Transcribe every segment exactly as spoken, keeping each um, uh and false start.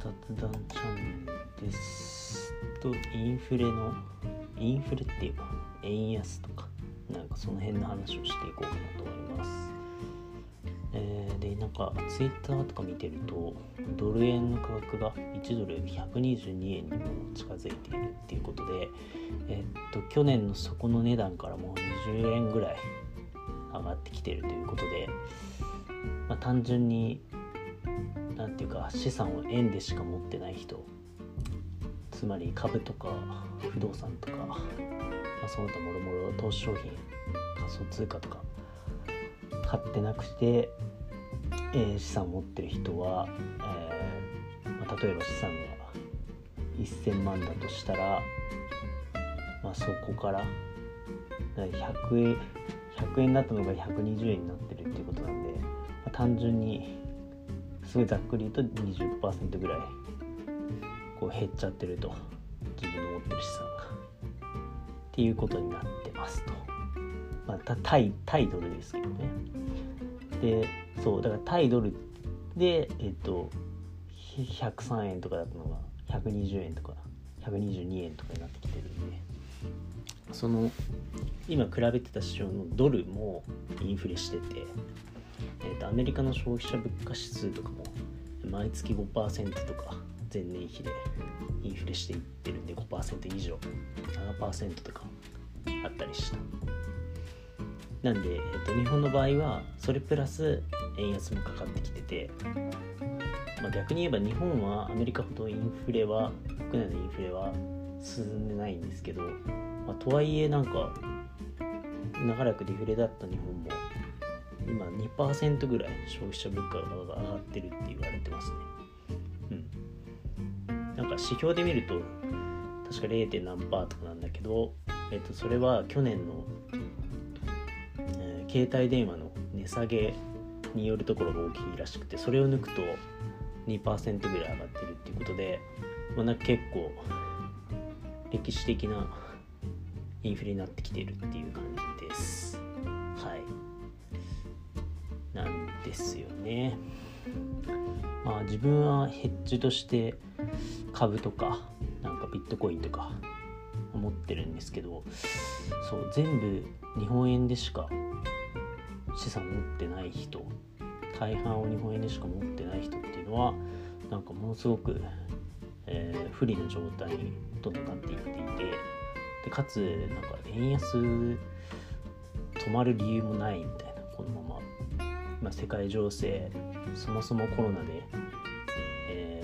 雑談チャンネルですと、インフレのインフレっていうか円安とかなんかその辺の話をしていこうかなと思います。えー、でなんかツイッターとか見てるとドル円の価格がいちドルひゃくにじゅうにえんにも近づいているっていうことで、えー、っと去年の底の値段からもうにじゅうえんぐらい上がってきているということで、まあ、単純になんていうか資産を円でしか持ってない人、つまり株とか不動産とか、まあ、その他もろもろ投資商品、仮想通貨とか買ってなくて、えー、資産を持ってる人は、えーまあ、例えば資産がせんまんだとしたら、まあ、そこからひゃくえん、ひゃくえんだったのがひゃくにじゅうえんになってるっていうことなんで、まあ、単純にすごいざっくり言うと にじゅっパーセント ぐらいこう減っちゃってると、自分の持ってる資産がっていうことになってますと。まあ、対, 対ドルですけどね。で、そうだから対ドルで、えっと、ひゃくさんえんとかだったのがひゃくにじゅうえんとかひゃくにじゅうにえんとかになってきてるんで、その今比べてた市場のドルもインフレしてて、えっと、アメリカの消費者物価指数とかも毎月 ごパーセント とか前年比でインフレしていってるんで ごパーセント 以上 ななパーセント とかあったりした。なんで、えっと、日本の場合はそれプラス円安もかかってきてて、まあ、逆に言えば日本はアメリカほどインフレは国内のインフレは進んでないんですけど、まあ、とはいえなんか長らくデフレだった日本も今 にパーセント ぐらい消費者物価が上がってるって言われてますね。うん。なんか指標で見ると確か ゼロ. 何パーとかなんだけど、えっとそれは去年の、えー、携帯電話の値下げによるところが大きいらしくて、それを抜くと にパーセント ぐらい上がってるっていうことで、まあ、なんか結構歴史的なインフレになってきているっていう感じです。はい。なんですよね。まあ自分はヘッジとして株とかなんかビットコインとか持ってるんですけど、そう全部日本円でしか資産持ってない人、大半を日本円でしか持ってない人っていうのはなんかものすごく、えー、不利な状態にどんどんなっていっていて、でかつなんか円安止まる理由もないみたいな、このまままあ、世界情勢、そもそもコロナで、え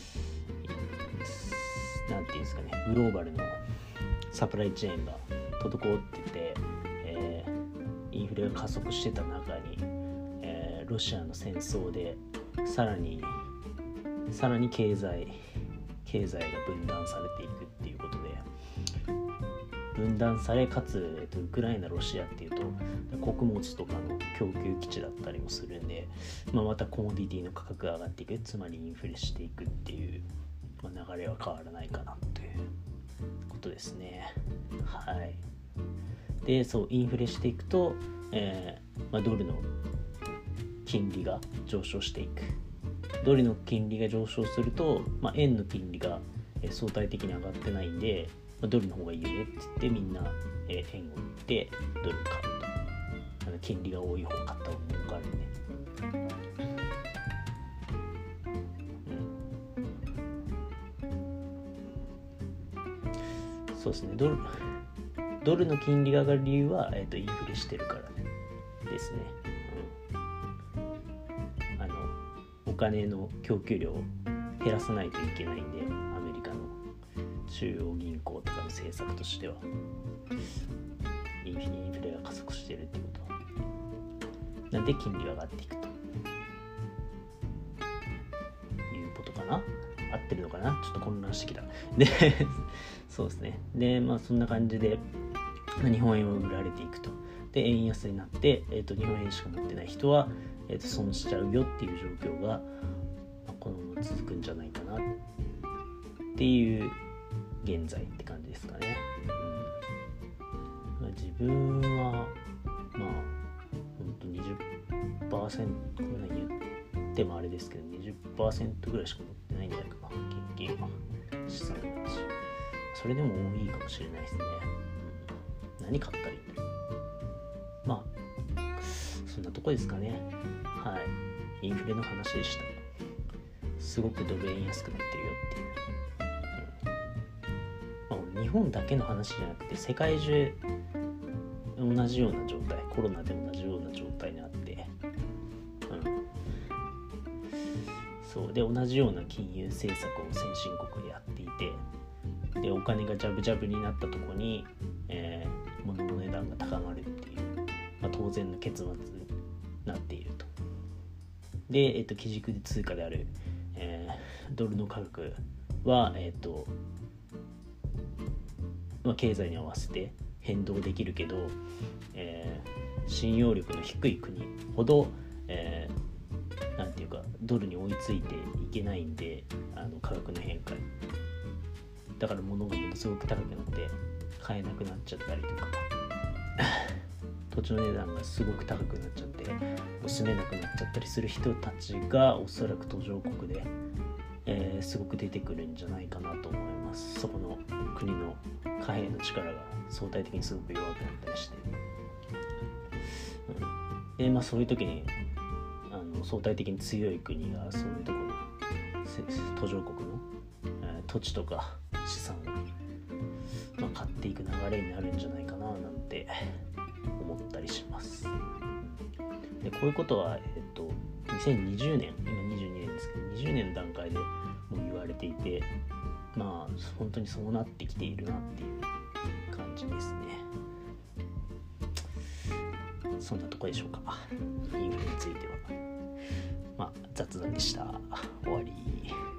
ー、なんていうんですかね、グローバルのサプライチェーンが滞ってて、えー、インフレが加速してた中に、えー、ロシアの戦争でさらにさらに経済経済が分断されていくっていうことで、分断されかつ、えっと、ウクライナロシアっていうと穀物とかの供給基地だったりもするんで、まあ、またコモディティの価格が上がっていく、つまりインフレしていくっていう、まあ、流れは変わらないかなということですね。はい。でそうインフレしていくと、えーまあ、ドルの金利が上昇していく。ドルの金利が上昇すると、まあ、円の金利が相対的に上がってないんで、ドルの方がいいよねって言ってみんな、えー、円を売ってドル買うと、あの金利が多い方買った方が儲かるんで、うん、そうですね。ドルドルの金利が上がる理由は、えー、とインフレしてるからですね、うん、あのお金の供給量を減らさないといけないんで、アメリカの中央銀行とかの政策としてはインフレが加速しているっていうことなんで、金利が上がっていくということかな。合ってるのかな、ちょっと混乱してきた。でそうですね。でまあそんな感じで日本円を売られていくと。で円安になって、えー、と日本円しか持ってない人は、えー、と損しちゃうよっていう状況が、まあ、このまま続くんじゃないかなっていう現在って感じですかね。うん、自分はまあほんと にじゅっパーセント こんなに言ってもあれですけど にじゅっパーセント ぐらいしか持ってないんじゃないかな。 現金は資産のうち。それでも多いかもしれないですね。うん、何買ったらいいんだろう。まあそんなとこですかね。はい、インフレの話でした。すごくドル円安くなってるよっていう、うんまあ、日本だけの話じゃなくて世界中同じような状態、コロナで同じような状態にあって、うん、そうで同じような金融政策を先進国でやっていて、でお金がジャブジャブになったところに、えー、物の値段が高まるっていう、まあ、当然の結末になっていると。で、えっと、基軸で通貨である、えー、ドルの価格は、えっとまあ、経済に合わせて変動できるけど、えー、信用力の低い国ほど、えー、なんていうかドルに追いついていけないんで、あの価格の変化だから物がものすごく高くなって買えなくなっちゃったりとか土地の値段がすごく高くなっちゃって住めなくなっちゃったりする人たちがおそらく途上国で、えー、すごく出てくるんじゃないかなと思います。そこの国の貨幣の力が相対的にすごく弱くなったりして、うんでまあ、そういう時にあの相対的に強い国がそういうところの途上国の、えー、土地とか資産を、まあ、買っていく流れになるんじゃないかななんて思ったりします。でこういうことは、えー、とにせんにじゅうねん、今にじゅうにねんですけどにじゅうねんの段階でもう言われていて、まあ本当にそうなってきているなっていう感じですね。そんなとこでしょうか。インフレについてはまあ雑談でした。終わり。